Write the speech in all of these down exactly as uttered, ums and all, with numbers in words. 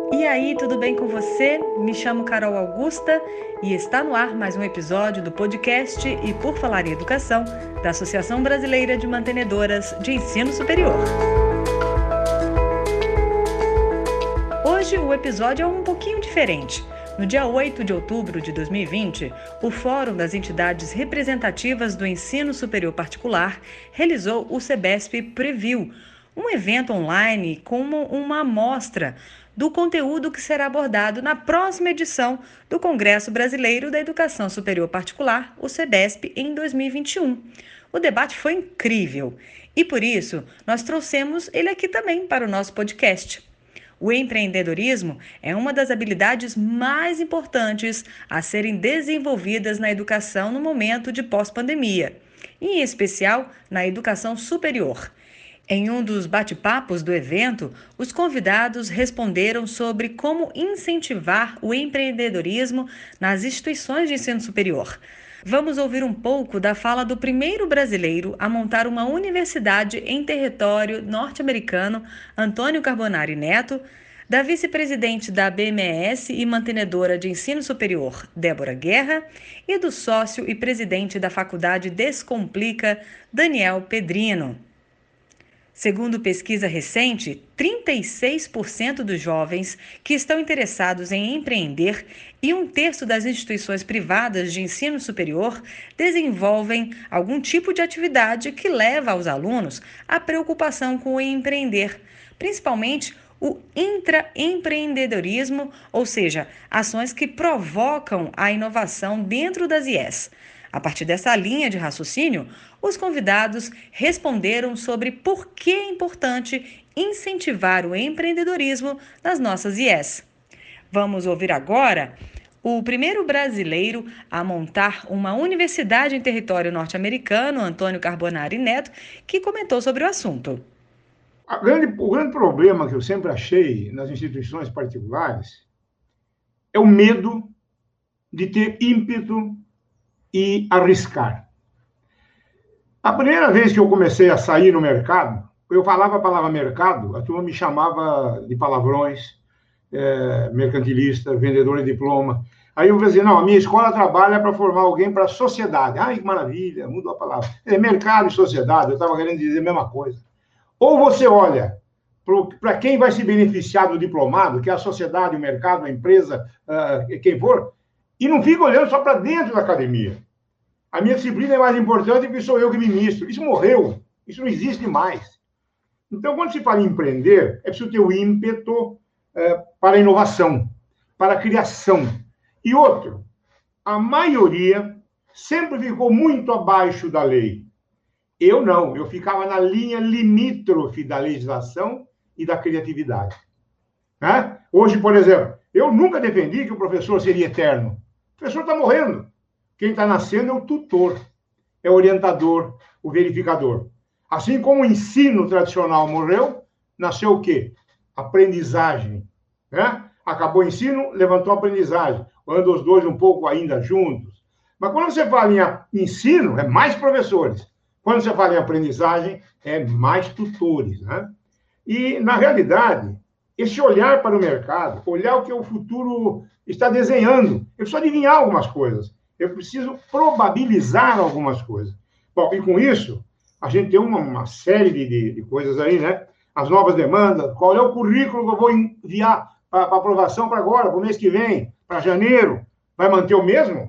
E aí, tudo bem com você? Me chamo Carol Augusta e está no ar mais um episódio do podcast E Por Falar em Educação, da Associação Brasileira de Mantenedoras de Ensino Superior. Hoje o episódio é um pouquinho diferente. No dia oito de outubro de dois mil e vinte, o Fórum das Entidades Representativas do Ensino Superior Particular realizou o SEBESP Preview, um evento online como uma amostra do conteúdo que será abordado na próxima edição do Congresso Brasileiro da Educação Superior Particular, o SEBESP, em dois mil e vinte e um. O debate foi incrível e, por isso, nós trouxemos ele aqui também para o nosso podcast. O empreendedorismo é uma das habilidades mais importantes a serem desenvolvidas na educação no momento de pós-pandemia, em especial na educação superior. Em um dos bate-papos do evento, os convidados responderam sobre como incentivar o empreendedorismo nas instituições de ensino superior. Vamos ouvir um pouco da fala do primeiro brasileiro a montar uma universidade em território norte-americano, Antônio Carbonari Neto, da vice-presidente da B M E S e mantenedora de ensino superior, Débora Guerra, e do sócio e presidente da Faculdade Descomplica, Daniel Pedrino. Segundo pesquisa recente, trinta e seis por cento dos jovens que estão interessados em empreender e um terço das instituições privadas de ensino superior desenvolvem algum tipo de atividade que leva aos alunos à preocupação com o empreender, principalmente o intraempreendedorismo, ou seja, ações que provocam a inovação dentro das I Es. A partir dessa linha de raciocínio, os convidados responderam sobre por que é importante incentivar o empreendedorismo nas nossas I Es. Vamos ouvir agora o primeiro brasileiro a montar uma universidade em território norte-americano, Antônio Carbonari Neto, que comentou sobre o assunto. A grande, o grande problema que eu sempre achei nas instituições particulares é o medo de ter ímpeto e arriscar. A primeira vez que eu comecei a sair no mercado, eu falava a palavra mercado, a turma me chamava de palavrões, é, mercantilista, vendedor de diploma. Aí eu dizia, não, a minha escola trabalha para formar alguém para a sociedade. Ai, que maravilha, mudou a palavra. É mercado e sociedade, eu estava querendo dizer a mesma coisa. Ou você olha para quem vai se beneficiar do diplomado, que é a sociedade, o mercado, a empresa, uh, quem for, e não fica olhando só para dentro da academia. A minha disciplina é mais importante porque sou eu que ministro. Isso morreu. Isso não existe mais. Então, quando se fala em empreender, é preciso ter o ímpeto é, para a inovação, para a criação. E outro, a maioria sempre ficou muito abaixo da lei. Eu não. Eu ficava na linha limítrofe da legislação e da criatividade. Né? Hoje, por exemplo, eu nunca defendi que o professor seria eterno. O professor está morrendo. Quem está nascendo é o tutor, é o orientador, o verificador. Assim como o ensino tradicional morreu, nasceu o quê? Aprendizagem. Né? Acabou o ensino, levantou a aprendizagem. Andam os dois um pouco ainda juntos. Mas quando você fala em ensino, é mais professores. Quando você fala em aprendizagem, é mais tutores. Né? E, na realidade, esse olhar para o mercado, olhar o que o futuro está desenhando, eu preciso adivinhar algumas coisas. Eu preciso probabilizar algumas coisas. Bom, e com isso, a gente tem uma, uma série de, de, de coisas aí, né? As novas demandas, qual é o currículo que eu vou enviar para aprovação para agora, para o mês que vem, para janeiro? Vai manter o mesmo?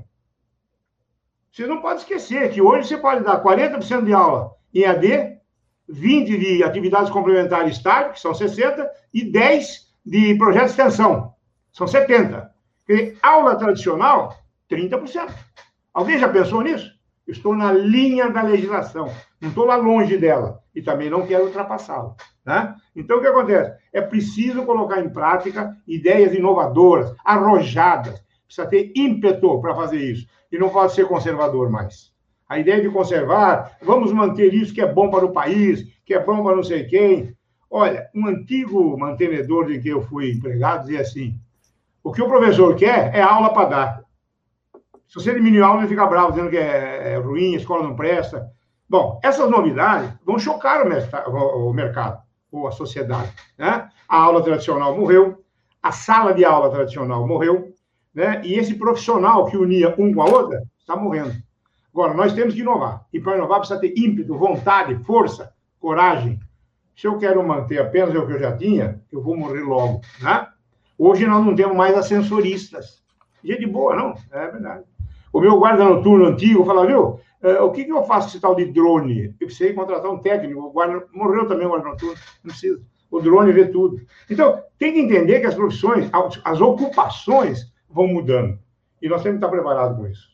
Você não pode esquecer que hoje você pode dar quarenta por cento de aula em A D, vinte por cento de atividades complementares estágio, que são sessenta, e dez por cento de projeto de extensão, são setenta por cento. Quer dizer, aula tradicional, trinta por cento. Alguém já pensou nisso? Estou na linha da legislação, não estou lá longe dela e também não quero ultrapassá-la. Né? Então, o que acontece? É preciso colocar em prática ideias inovadoras, arrojadas. Precisa ter ímpeto para fazer isso e não pode ser conservador mais. A ideia de conservar, vamos manter isso que é bom para o país, que é bom para não sei quem. Olha, um antigo mantenedor de que eu fui empregado dizia assim, o que o professor quer é aula para dar. Se você diminuir a aula, ele fica bravo, dizendo que é, é ruim, a escola não presta. Bom, essas novidades vão chocar o, o mercado, ou a sociedade. Né? A aula tradicional morreu, a sala de aula tradicional morreu, né? E esse profissional que unia um com a outra está morrendo. Agora, nós temos que inovar. E para inovar precisa ter ímpeto, vontade, força, coragem. Se eu quero manter apenas o que eu já tinha, eu vou morrer logo, né? Hoje nós não temos mais ascensoristas. Gente boa, não? É verdade. O meu guarda noturno antigo falava, viu, o que, que eu faço com esse tal de drone? Eu precisei contratar um técnico, o guarda, morreu também o guarda noturno, não precisa. O drone vê tudo. Então, tem que entender que as profissões, as ocupações vão mudando. E nós temos que estar preparados com isso.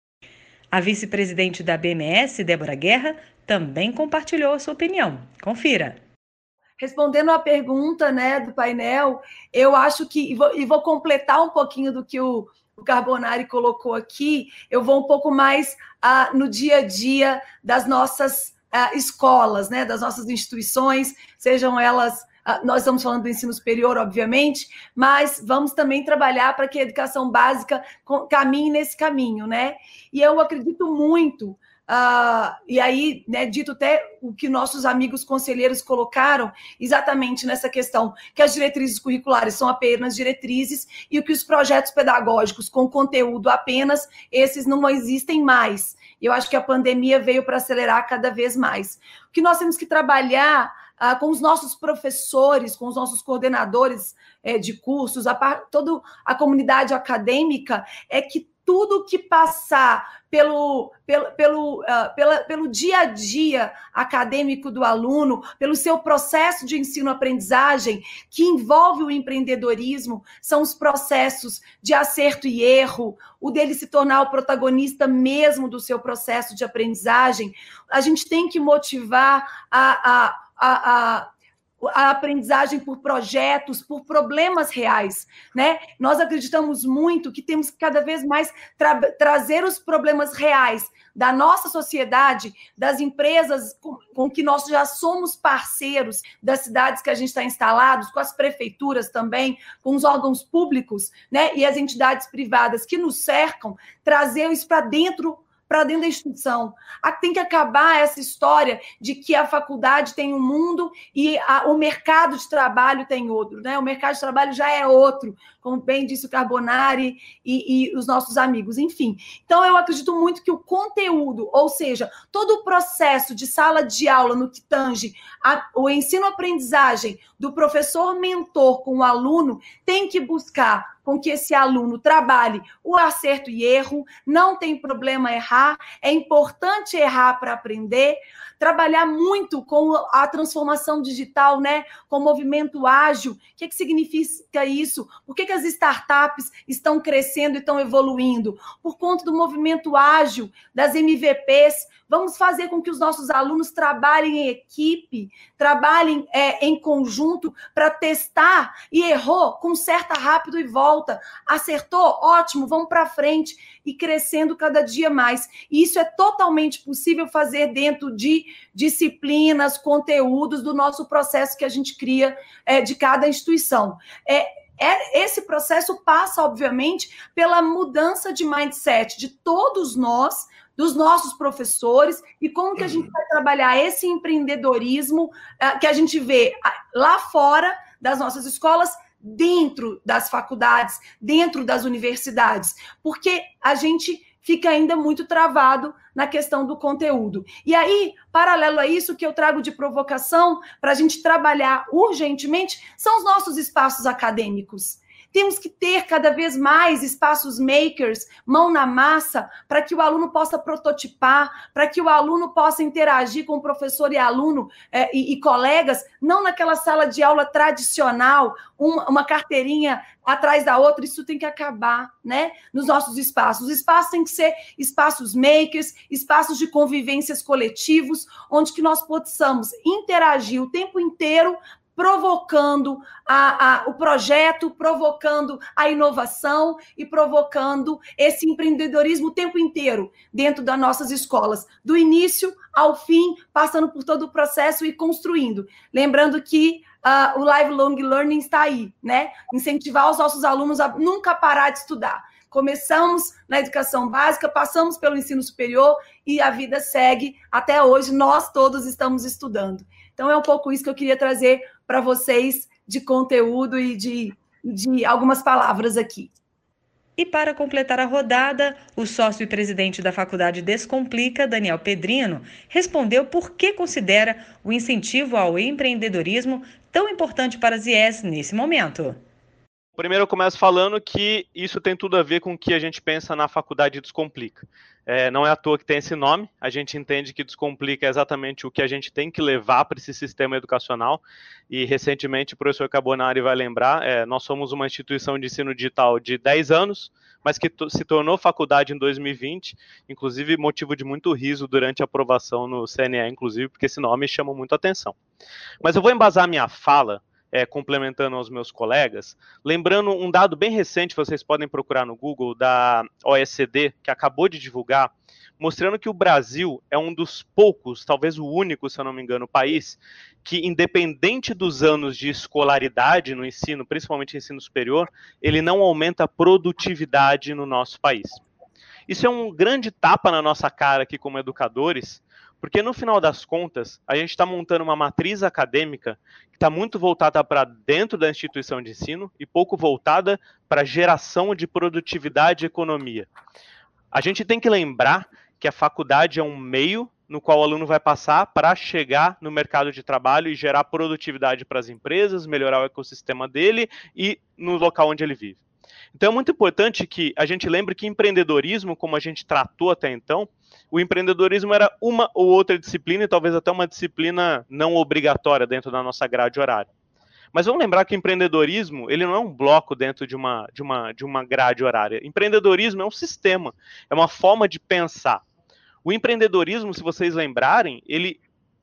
A vice-presidente da B M S, Débora Guerra, também compartilhou a sua opinião. Confira. Respondendo à pergunta, né, do painel, eu acho que, e vou, e vou completar um pouquinho do que o, o Carbonari colocou aqui, eu vou um pouco mais uh, no dia a dia das nossas uh, escolas, né, das nossas instituições, sejam elas, uh, nós estamos falando do ensino superior, obviamente, mas vamos também trabalhar para que a educação básica caminhe nesse caminho, né? E eu acredito muito. Uh, e aí, né, dito até o que nossos amigos conselheiros colocaram, exatamente nessa questão, que as diretrizes curriculares são apenas diretrizes e o que os projetos pedagógicos com conteúdo apenas, esses não existem mais. Eu acho que a pandemia veio para acelerar cada vez mais. O que nós temos que trabalhar uh, com os nossos professores, com os nossos coordenadores eh, de cursos, a par, toda a comunidade acadêmica, é que tudo que passar pelo, pelo, pelo, uh, pela, pelo dia a dia acadêmico do aluno, pelo seu processo de ensino-aprendizagem, que envolve o empreendedorismo, são os processos de acerto e erro, o dele se tornar o protagonista mesmo do seu processo de aprendizagem. A gente tem que motivar a... a, a, a a aprendizagem por projetos, por problemas reais, né? Nós acreditamos muito que temos que cada vez mais tra trazer os problemas reais da nossa sociedade, das empresas com, com que nós já somos parceiros, das cidades que a gente está instalados, com as prefeituras também, com os órgãos públicos, né? E as entidades privadas que nos cercam, trazer isso para dentro para dentro da instituição. Tem que acabar essa história de que a faculdade tem um mundo e a, o mercado de trabalho tem outro, né? O mercado de trabalho já é outro, como bem disse o Carbonari e, e os nossos amigos, enfim. Então, eu acredito muito que o conteúdo, ou seja, todo o processo de sala de aula no que tange a, o ensino-aprendizagem do professor mentor com o aluno, tem que buscar com que esse aluno trabalhe o acerto e erro, não tem problema errar, é importante errar para aprender, trabalhar muito com a transformação digital, né, com o movimento ágil. O que, que significa isso? Por que, que as startups estão crescendo e estão evoluindo? Por conta do movimento ágil, das M V Ps. Vamos fazer com que os nossos alunos trabalhem em equipe, trabalhem é, em conjunto para testar e errou, conserta rápido e volta. Acertou? Ótimo, vamos para frente e crescendo cada dia mais. E isso é totalmente possível fazer dentro de disciplinas, conteúdos do nosso processo que a gente cria é, de cada instituição. É, É, esse processo passa, obviamente, pela mudança de mindset de todos nós, dos nossos professores, e como que a gente vai trabalhar esse empreendedorismo uh, que a gente vê lá fora das nossas escolas, dentro das faculdades, dentro das universidades, porque a gente fica ainda muito travado na questão do conteúdo. E aí, paralelo a isso, que eu trago de provocação para a gente trabalhar urgentemente são os nossos espaços acadêmicos. Temos que ter cada vez mais espaços makers, mão na massa, para que o aluno possa prototipar, para que o aluno possa interagir com o professor e aluno eh, e, e colegas, não naquela sala de aula tradicional, uma, uma carteirinha atrás da outra. Isso tem que acabar, né, nos nossos espaços. Os espaços têm que ser espaços makers, espaços de convivências coletivos, onde que nós possamos interagir o tempo inteiro, provocando a, a, o projeto, provocando a inovação e provocando esse empreendedorismo o tempo inteiro dentro das nossas escolas, do início ao fim, passando por todo o processo e construindo. Lembrando que uh, o lifelong learning está aí, né? Incentivar os nossos alunos a nunca parar de estudar. Começamos na educação básica, passamos pelo ensino superior e a vida segue até hoje, nós todos estamos estudando. Então, é um pouco isso que eu queria trazer para vocês de conteúdo e de, de algumas palavras aqui. E para completar a rodada, o sócio e presidente da Faculdade Descomplica, Daniel Pedrino, respondeu por que considera o incentivo ao empreendedorismo tão importante para as I E S nesse momento. Primeiro eu começo falando que isso tem tudo a ver com o que a gente pensa na Faculdade Descomplica. É, não é à toa que tem esse nome, a gente entende que Descomplica é exatamente o que a gente tem que levar para esse sistema educacional, e recentemente o professor Carbonari vai lembrar, é, nós somos uma instituição de ensino digital de dez anos, mas que se tornou faculdade em dois mil e vinte, inclusive motivo de muito riso durante a aprovação no C N E, inclusive, porque esse nome chama muito atenção. Mas eu vou embasar minha fala, É, complementando aos meus colegas, lembrando um dado bem recente, vocês podem procurar no Google, da O E C D, que acabou de divulgar, mostrando que o Brasil é um dos poucos, talvez o único, se eu não me engano, país, que independente dos anos de escolaridade no ensino, principalmente ensino superior, ele não aumenta a produtividade no nosso país. Isso é um grande tapa na nossa cara aqui como educadores, porque no final das contas, a gente está montando uma matriz acadêmica que está muito voltada para dentro da instituição de ensino e pouco voltada para a geração de produtividade e economia. A gente tem que lembrar que a faculdade é um meio no qual o aluno vai passar para chegar no mercado de trabalho e gerar produtividade para as empresas, melhorar o ecossistema dele e no local onde ele vive. Então é muito importante que a gente lembre que empreendedorismo, como a gente tratou até então, o empreendedorismo era uma ou outra disciplina e talvez até uma disciplina não obrigatória dentro da nossa grade horária. Mas vamos lembrar que empreendedorismo, ele não é um bloco dentro de uma, de uma, de uma grade horária. Empreendedorismo é um sistema, é uma forma de pensar. O empreendedorismo, se vocês lembrarem, ele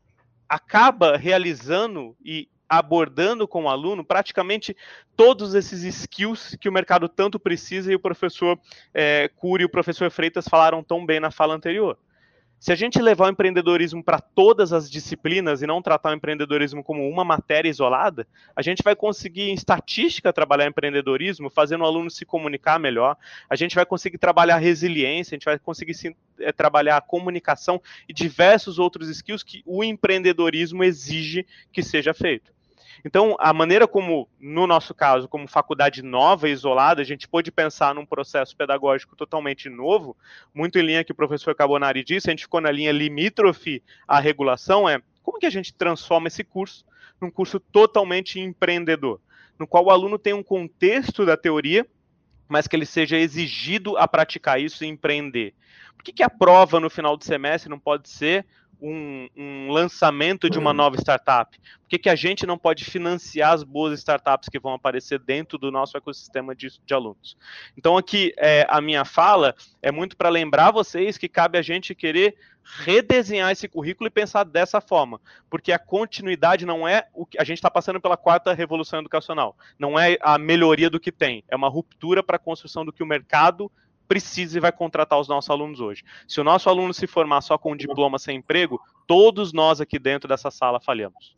acaba realizando e abordando com o aluno praticamente todos esses skills que o mercado tanto precisa e o professor é, Cury e o professor Freitas falaram tão bem na fala anterior. Se a gente levar o empreendedorismo para todas as disciplinas e não tratar o empreendedorismo como uma matéria isolada, a gente vai conseguir, em estatística, trabalhar empreendedorismo, fazendo o aluno se comunicar melhor, a gente vai conseguir trabalhar resiliência, a gente vai conseguir se, é, trabalhar a comunicação e diversos outros skills que o empreendedorismo exige que seja feito. Então, a maneira como, no nosso caso, como faculdade nova e isolada, a gente pôde pensar num processo pedagógico totalmente novo, muito em linha com o que o professor Carbonari disse, a gente ficou na linha limítrofe à regulação, é como que a gente transforma esse curso num curso totalmente empreendedor, no qual o aluno tem um contexto da teoria, mas que ele seja exigido a praticar isso e empreender. Por que que a prova no final do semestre não pode ser Um, um lançamento de uma nova startup? Por que que a gente não pode financiar as boas startups que vão aparecer dentro do nosso ecossistema de, de alunos? Então aqui é, a minha fala é muito para lembrar vocês que cabe a gente querer redesenhar esse currículo e pensar dessa forma, porque a continuidade não é o que a gente está passando pela quarta revolução educacional, não é a melhoria do que tem, é uma ruptura para a construção do que o mercado precisa e vai contratar os nossos alunos hoje. Se o nosso aluno se formar só com um diploma sem emprego, todos nós aqui dentro dessa sala falhamos.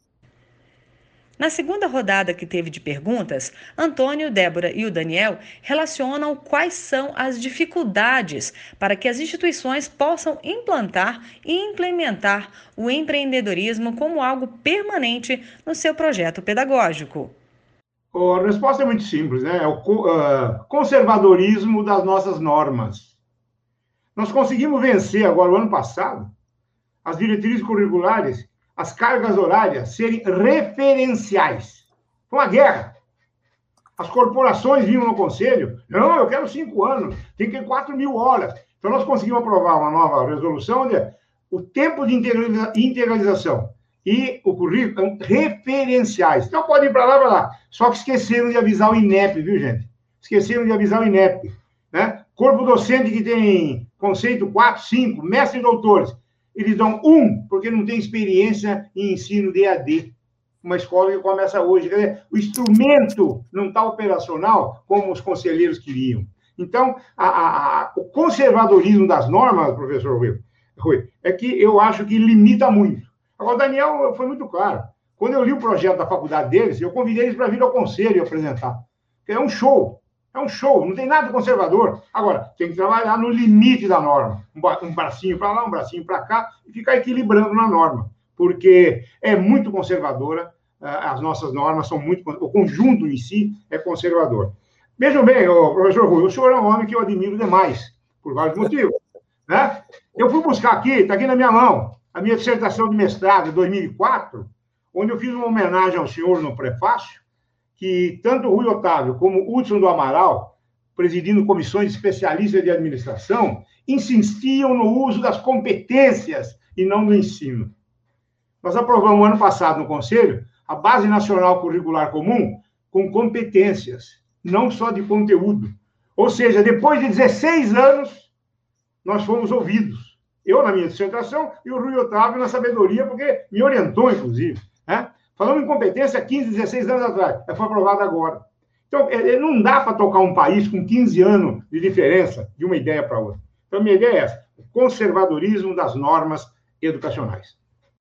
Na segunda rodada que teve de perguntas, Antônio, Débora e o Daniel relacionam quais são as dificuldades para que as instituições possam implantar e implementar o empreendedorismo como algo permanente no seu projeto pedagógico. A resposta é muito simples, né? É o uh, conservadorismo das nossas normas. Nós conseguimos vencer agora, o ano passado, as diretrizes curriculares, as cargas horárias serem referenciais. Foi uma guerra. As corporações vinham no conselho, não, eu quero cinco anos, tem que ter quatro mil horas. Então, nós conseguimos aprovar uma nova resolução onde o tempo de integralização e o currículo referenciais. Então, pode ir para lá, para lá. Só que esqueceram de avisar o INEP, viu, gente? Esqueceram de avisar o INEP. Né? Corpo docente que tem conceito quatro, cinco, mestre e doutores. Eles dão um, porque não tem experiência em ensino de E A D. Uma escola que começa hoje. Quer dizer, o instrumento não está operacional como os conselheiros queriam. Então, a, a, a, o conservadorismo das normas, professor Rui, é que eu acho que limita muito. Agora, o Daniel foi muito claro. Quando eu li o projeto da faculdade deles, eu convidei eles para vir ao conselho e apresentar. Porque é um show. É um show. Não tem nada conservador. Agora, tem que trabalhar no limite da norma. Um bracinho para lá, um bracinho para cá, e ficar equilibrando na norma. Porque é muito conservadora. as nossas normas são muito... O conjunto em si é conservador. Vejam bem, ô, professor Rui, o senhor é um homem que eu admiro demais, por vários motivos. Né? Eu fui buscar aqui, está aqui na minha mão, a minha dissertação de mestrado de dois mil e quatro, onde eu fiz uma homenagem ao senhor no prefácio, que tanto o Rui Otávio como o Hudson do Amaral, presidindo comissões de especialistas de administração, insistiam no uso das competências e não do ensino. Nós aprovamos ano passado no Conselho a Base Nacional Curricular Comum com competências, não só de conteúdo. Ou seja, depois de dezesseis anos, nós fomos ouvidos. Eu na minha dissertação e o Rui Otávio na sabedoria, porque me orientou, inclusive. Né? Falando em competência, quinze, dezesseis anos atrás, foi aprovado agora. Então, não dá para tocar um país com quinze anos de diferença de uma ideia para outra. Então, a minha ideia é essa, o conservadorismo das normas educacionais.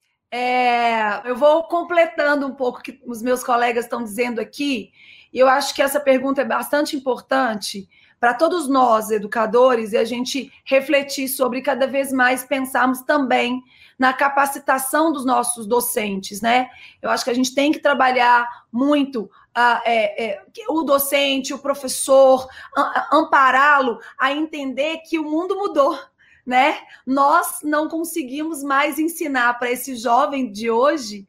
É, eu vou completando um pouco o que os meus colegas estão dizendo aqui, e eu acho que essa pergunta é bastante importante para todos nós, educadores, e a gente refletir sobre cada vez mais pensarmos também na capacitação dos nossos docentes, né? Eu acho que a gente tem que trabalhar muito uh, é, é, o docente, o professor, ampará-lo a entender que o mundo mudou, né? Nós não conseguimos mais ensinar para esse jovem de hoje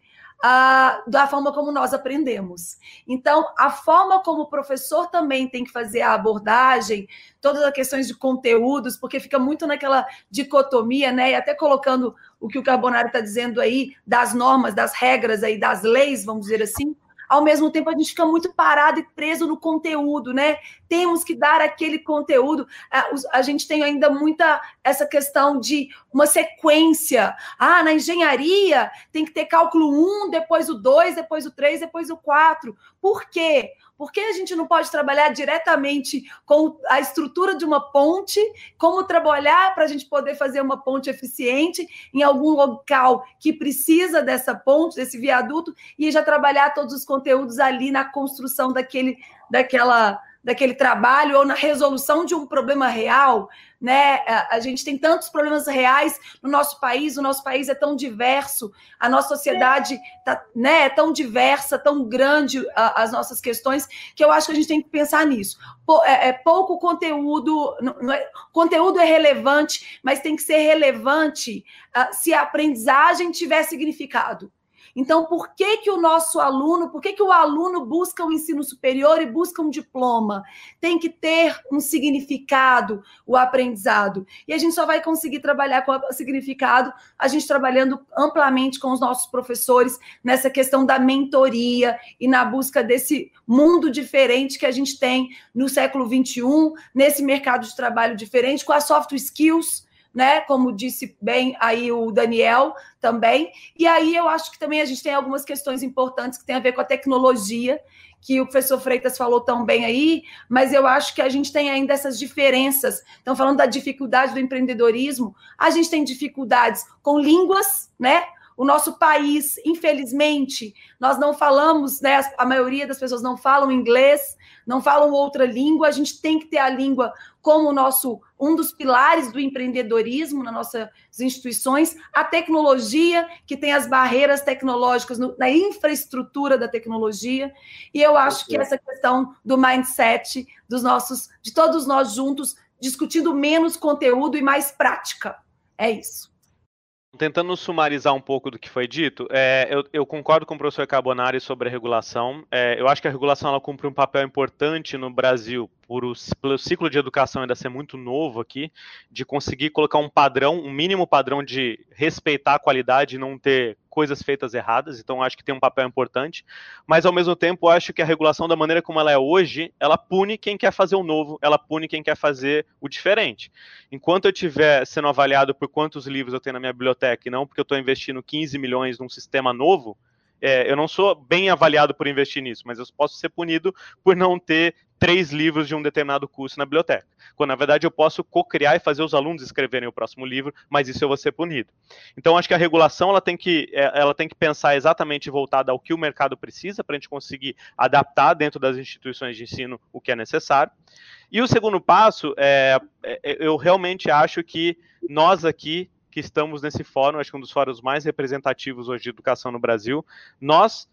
uh, da forma como nós aprendemos. Então, a forma como o professor também tem que fazer a abordagem, todas as questões de conteúdos, porque fica muito naquela dicotomia, né? E até colocando o que o Carbonari está dizendo aí, das normas, das regras aí, das leis, vamos dizer assim, ao mesmo tempo a gente fica muito parado e preso no conteúdo, né? Temos que dar aquele conteúdo. A, a gente tem ainda muita essa questão de uma sequência. Ah, na engenharia tem que ter cálculo um, depois o dois, depois o três, depois o quatro. Por quê? Por que a gente não pode trabalhar diretamente com a estrutura de uma ponte? Como trabalhar para a gente poder fazer uma ponte eficiente em algum local que precisa dessa ponte, desse viaduto, e já trabalhar todos os conteúdos ali na construção daquele, daquela, daquele trabalho ou na resolução de um problema real, né? A gente tem tantos problemas reais no nosso país, o nosso país é tão diverso, a nossa sociedade tá, né, é tão diversa, tão grande a, as nossas questões, que eu acho que a gente tem que pensar nisso. É, é pouco conteúdo, não é, conteúdo é relevante, mas tem que ser relevante uh, se a aprendizagem tiver significado. Então, por que que o nosso aluno, por que que o aluno busca o ensino superior e busca um diploma? Tem que ter um significado, o aprendizado. E a gente só vai conseguir trabalhar com o significado, a gente trabalhando amplamente com os nossos professores nessa questão da mentoria e na busca desse mundo diferente que a gente tem no século vinte e um, nesse mercado de trabalho diferente, com as soft skills, né? Como disse bem aí o Daniel também. E aí eu acho que também a gente tem algumas questões importantes que tem a ver com a tecnologia, que o professor Freitas falou tão bem aí, mas eu acho que a gente tem ainda essas diferenças. Então, falando da dificuldade do empreendedorismo, a gente tem dificuldades com línguas, né? O nosso país, infelizmente, nós não falamos, né? A maioria das pessoas não falam inglês, não falam outra língua. A gente tem que ter a língua como o nosso, um dos pilares do empreendedorismo nas nossas instituições. A tecnologia, que tem as barreiras tecnológicas no, na infraestrutura da tecnologia. E eu acho que essa questão do mindset dos nossos, de todos nós juntos, discutindo menos conteúdo e mais prática. É isso. Tentando sumarizar um pouco do que foi dito, é, eu, eu concordo com o professor Carbonari sobre a regulação. É, eu acho que a regulação ela cumpre um papel importante no Brasil, por o, pelo ciclo de educação ainda ser muito novo aqui, de conseguir colocar um padrão, um mínimo padrão de respeitar a qualidade e não ter coisas feitas erradas. Então, acho que tem um papel importante. Mas, ao mesmo tempo, acho que a regulação, da maneira como ela é hoje, ela pune quem quer fazer o novo, ela pune quem quer fazer o diferente. Enquanto eu estiver sendo avaliado por quantos livros eu tenho na minha biblioteca, e não porque eu estou investindo quinze milhões num sistema novo, é, eu não sou bem avaliado por investir nisso, mas eu posso ser punido por não ter três livros de um determinado curso na biblioteca. Quando, na verdade, eu posso co-criar e fazer os alunos escreverem o próximo livro, mas isso eu vou ser punido. Então, acho que a regulação ela tem que, ela tem que pensar exatamente voltada ao que o mercado precisa, para a gente conseguir adaptar dentro das instituições de ensino o que é necessário. E o segundo passo, é, eu realmente acho que nós aqui, que estamos nesse fórum, acho que um dos fóruns mais representativos hoje de educação no Brasil, nós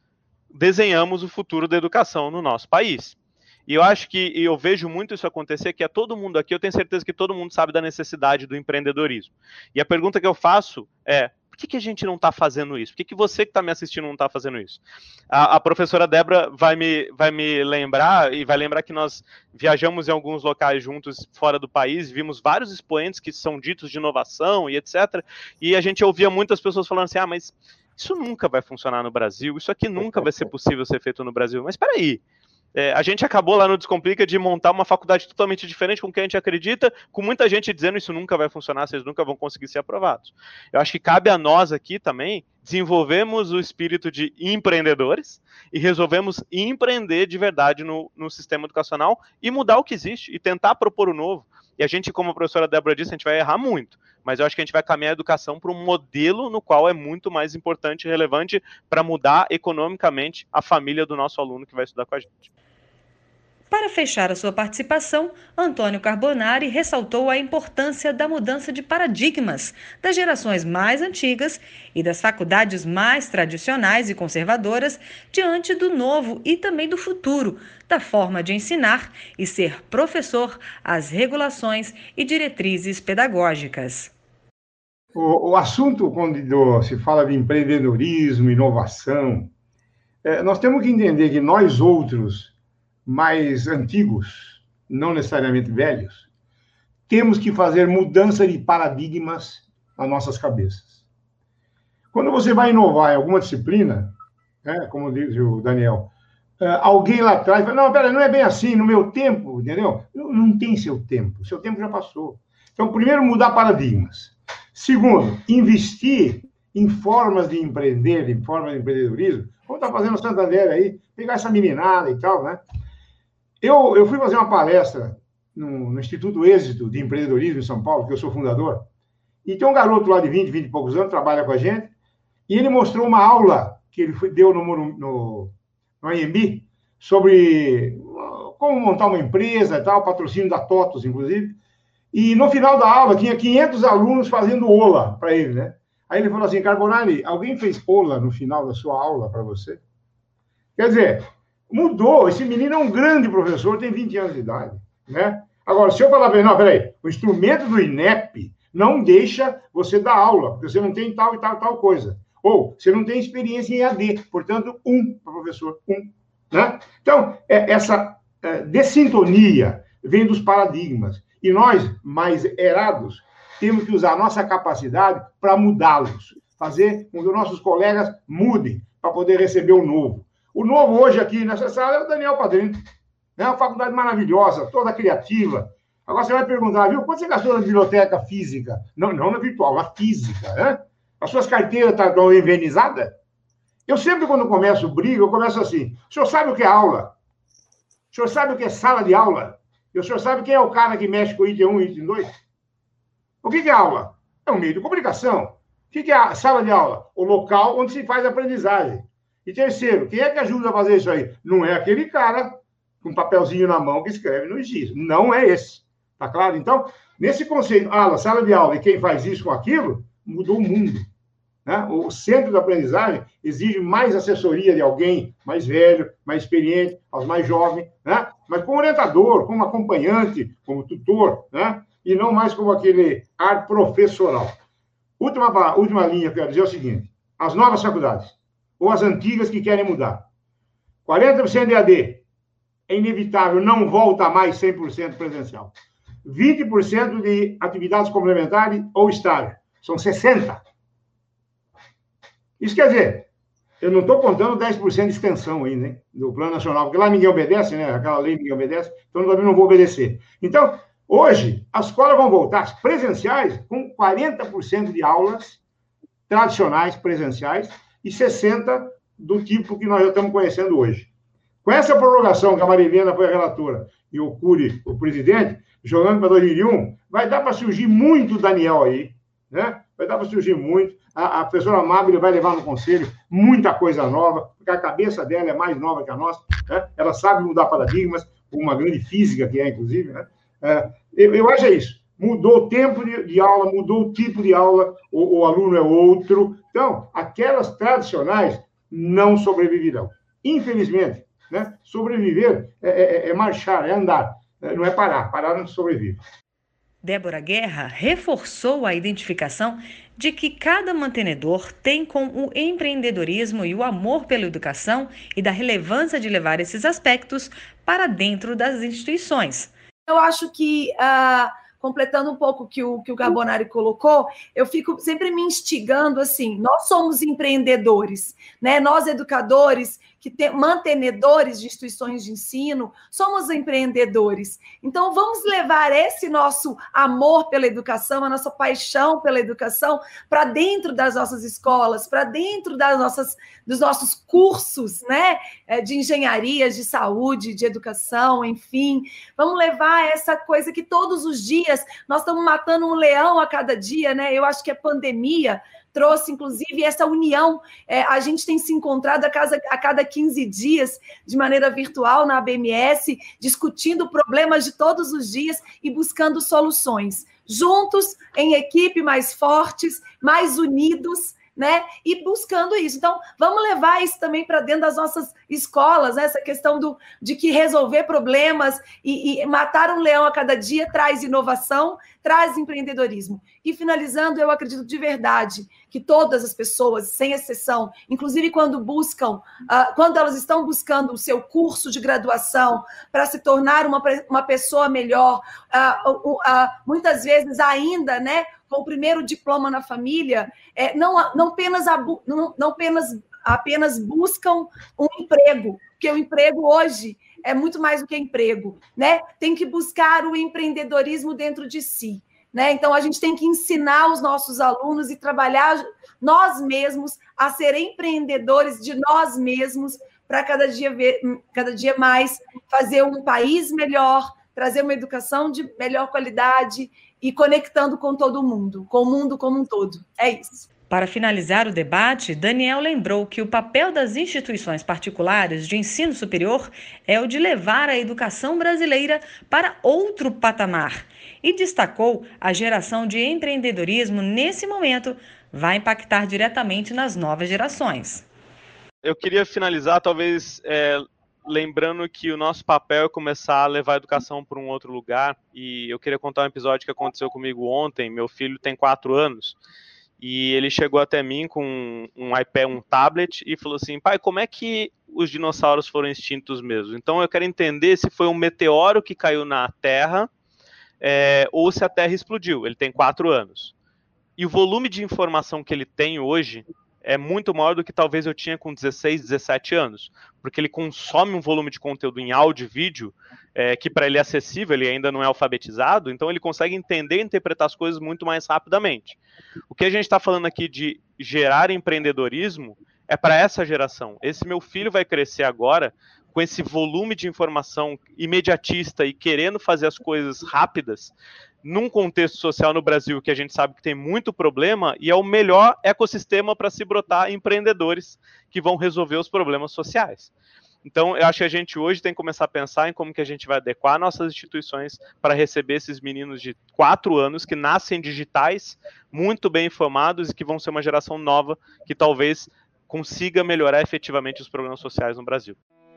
desenhamos o futuro da educação no nosso país. E eu acho que, e eu vejo muito isso acontecer, que é todo mundo aqui, eu tenho certeza que todo mundo sabe da necessidade do empreendedorismo. E a pergunta que eu faço é, por que, que a gente não está fazendo isso? Por que, que você que está me assistindo não está fazendo isso? A, a professora Débora vai me, vai me lembrar, e vai lembrar que nós viajamos em alguns locais juntos fora do país, vimos vários expoentes que são ditos de inovação e etcétera. E a gente ouvia muitas pessoas falando assim, ah, mas isso nunca vai funcionar no Brasil, isso aqui nunca vai ser possível ser feito no Brasil. Mas espera aí. É, a gente acabou lá no Descomplica de montar uma faculdade totalmente diferente com o que a gente acredita, com muita gente dizendo isso nunca vai funcionar, vocês nunca vão conseguir ser aprovados. Eu acho que cabe a nós aqui também desenvolvermos o espírito de empreendedores e resolvemos empreender de verdade no, no sistema educacional e mudar o que existe e tentar propor o novo. E a gente, como a professora Débora disse, a gente vai errar muito, mas eu acho que a gente vai caminhar a educação para um modelo no qual é muito mais importante e relevante para mudar economicamente a família do nosso aluno que vai estudar com a gente. Para fechar a sua participação, Antônio Carbonari ressaltou a importância da mudança de paradigmas das gerações mais antigas e das faculdades mais tradicionais e conservadoras diante do novo e também do futuro, da forma de ensinar e ser professor, as regulações e diretrizes pedagógicas. O, o assunto, quando se fala de empreendedorismo, inovação, é, nós temos que entender que nós outros, mais antigos, não necessariamente velhos, temos que fazer mudança de paradigmas nas nossas cabeças. Quando você vai inovar em alguma disciplina, né, como diz o Daniel, alguém lá atrás fala, não, pera, não é bem assim, no meu tempo, entendeu? Não, não tem seu tempo, seu tempo já passou. Então, primeiro, mudar paradigmas. Segundo, investir em formas de empreender, em formas de empreendedorismo, como está fazendo o Santander aí, pegar essa meninada e tal, né? Eu, eu fui fazer uma palestra no, no Instituto Êxito de Empreendedorismo em São Paulo, que eu sou fundador, e tem um garoto lá de vinte, vinte e poucos anos, trabalha com a gente, e ele mostrou uma aula que ele foi, deu no, no, no A M B sobre como montar uma empresa e tal, patrocínio da TOTUS, inclusive, e no final da aula tinha quinhentos alunos fazendo ola para ele, né? Aí ele falou assim, Carbonari, alguém fez ola no final da sua aula para você? Quer dizer, mudou. Esse menino é um grande professor, tem vinte anos de idade, né? Agora, se eu falar para ele, não, peraí, o instrumento do INEP não deixa você dar aula, porque você não tem tal e tal e tal coisa. Ou você não tem experiência em A D, portanto, um professor, um, né? Então, é, essa é, dessintonia vem dos paradigmas. E nós, mais erados, temos que usar a nossa capacidade para mudá-los, fazer com que os nossos colegas mudem para poder receber o novo. O novo hoje aqui nessa sala é o Daniel Padrinho. É uma faculdade maravilhosa, toda criativa. Agora você vai perguntar, viu, quanto você gastou na biblioteca física? Não, não na virtual, na física, né? As suas carteiras estão envenizadas? Eu sempre, quando começo briga, eu começo assim, o senhor sabe o que é aula? O senhor sabe o que é sala de aula? E o senhor sabe quem é o cara que mexe com o item um e item dois? O que é aula? É um meio de comunicação. O que é a sala de aula? O local onde se faz a aprendizagem. E terceiro, quem é que ajuda a fazer isso aí? Não é aquele cara com um papelzinho na mão que escreve no giz. Não é esse. Tá claro? Então, nesse conceito, aula, sala de aula e quem faz isso com aquilo, mudou o mundo. Né? O centro da aprendizagem exige mais assessoria de alguém mais velho, mais experiente, aos mais jovens, né? Mas como orientador, como acompanhante, como tutor, né? E não mais como aquele ar professoral. Última, última linha que eu quero dizer é o seguinte, as novas faculdades, ou as antigas que querem mudar. quarenta por cento de A D, é inevitável, não volta mais cem por cento presencial. vinte por cento de atividades complementares ou estágio, são sessenta por cento. Isso quer dizer, eu não estou contando dez por cento de extensão ainda, hein, do Plano Nacional, porque lá ninguém obedece, né? Aquela lei ninguém obedece, então eu também não vou obedecer. Então, hoje, as escolas vão voltar, as presenciais, com quarenta por cento de aulas tradicionais presenciais e sessenta por cento do tipo que nós já estamos conhecendo hoje. Com essa prorrogação que a Marilena foi a relatora e o Cury, o presidente, jogando para dois mil e um, vai dar para surgir muito Daniel aí, né? Vai dar para surgir muito. A, a professora Amábile vai levar no conselho muita coisa nova, porque a cabeça dela é mais nova que a nossa, né? Ela sabe mudar paradigmas, uma grande física que é, inclusive, né? É, eu, eu acho é isso. Mudou o tempo de, de aula, mudou o tipo de aula, o, o aluno é outro. Então, aquelas tradicionais não sobreviverão. infelizmente, né? Sobreviver é, é, é marchar, é andar, não é parar. Parar não sobrevive. Débora Guerra reforçou a identificação de que cada mantenedor tem com o empreendedorismo e o amor pela educação e da relevância de levar esses aspectos para dentro das instituições. Eu acho que, uh, completando um pouco o que o, que o Carbonari colocou, eu fico sempre me instigando assim, nós somos empreendedores, né? Nós educadores, que tem, mantenedores de instituições de ensino, somos empreendedores. Então, vamos levar esse nosso amor pela educação, a nossa paixão pela educação, para dentro das nossas escolas, para dentro das nossas, dos nossos cursos, né? De engenharia, de saúde, de educação, enfim. Vamos levar essa coisa que todos os dias nós estamos matando um leão a cada dia, né? Eu acho que a pandemia trouxe, inclusive, essa união. É, a gente tem se encontrado a, casa, a cada quinze dias, de maneira virtual, na A B M S, discutindo problemas de todos os dias e buscando soluções. Juntos, em equipe, mais fortes, mais unidos, né? E buscando isso. Então, vamos levar isso também para dentro das nossas escolas, né? Essa questão do, de que resolver problemas e, e matar um leão a cada dia traz inovação, traz empreendedorismo. E finalizando, eu acredito de verdade que todas as pessoas, sem exceção, inclusive quando buscam, uh, quando elas estão buscando o seu curso de graduação para se tornar uma, uma pessoa melhor, uh, uh, uh, muitas vezes ainda, né? Com o primeiro diploma na família, é, não, não, apenas, não, não apenas, apenas buscam um emprego, porque o emprego hoje é muito mais do que emprego, né? Tem que buscar o empreendedorismo dentro de si, né? Então, a gente tem que ensinar os nossos alunos e trabalhar nós mesmos a ser empreendedores de nós mesmos para cada dia, ver, cada dia mais fazer um país melhor, trazer uma educação de melhor qualidade e conectando com todo mundo, com o mundo como um todo. É isso. Para finalizar o debate, Daniel lembrou que o papel das instituições particulares de ensino superior é o de levar a educação brasileira para outro patamar e destacou a geração de empreendedorismo nesse momento vai impactar diretamente nas novas gerações. Eu queria finalizar, talvez, é, lembrando que o nosso papel é começar a levar a educação para um outro lugar, e eu queria contar um episódio que aconteceu comigo ontem. Meu filho tem quatro anos, e ele chegou até mim com um iPad, um tablet, e falou assim: pai, como é que os dinossauros foram extintos mesmo? Então eu quero entender se foi um meteoro que caiu na Terra, é, ou se a Terra explodiu. Ele tem quatro anos. E o volume de informação que ele tem hoje é muito maior do que talvez eu tinha com dezesseis, dezessete anos, porque ele consome um volume de conteúdo em áudio e vídeo é, que para ele é acessível, ele ainda não é alfabetizado, então ele consegue entender e interpretar as coisas muito mais rapidamente. O que a gente está falando aqui de gerar empreendedorismo é para essa geração. Esse meu filho vai crescer agora com esse volume de informação imediatista e querendo fazer as coisas rápidas, num contexto social no Brasil que a gente sabe que tem muito problema, e é o melhor ecossistema para se brotar empreendedores que vão resolver os problemas sociais. Então, eu acho que a gente hoje tem que começar a pensar em como que a gente vai adequar nossas instituições para receber esses meninos de quatro anos que nascem digitais, muito bem informados e que vão ser uma geração nova que talvez consiga melhorar efetivamente os problemas sociais no Brasil.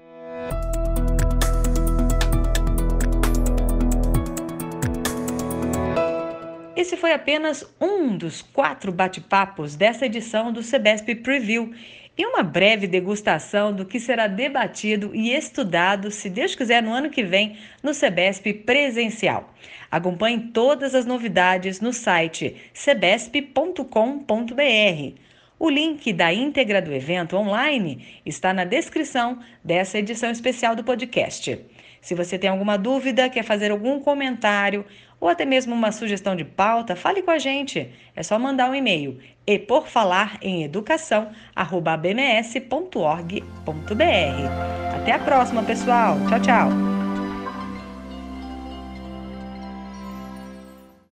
Esse foi apenas um dos quatro bate-papos dessa edição do Sebesp Preview e uma breve degustação do que será debatido e estudado, se Deus quiser, no ano que vem, no Sebesp presencial. Acompanhe todas as novidades no site sebesp ponto com ponto br. O link da íntegra do evento online está na descrição dessa edição especial do podcast. Se você tem alguma dúvida, quer fazer algum comentário ou até mesmo uma sugestão de pauta, fale com a gente. É só mandar um e-mail e por falar em educação arroba a b m s ponto org ponto b r. Até a próxima, pessoal. Tchau, tchau.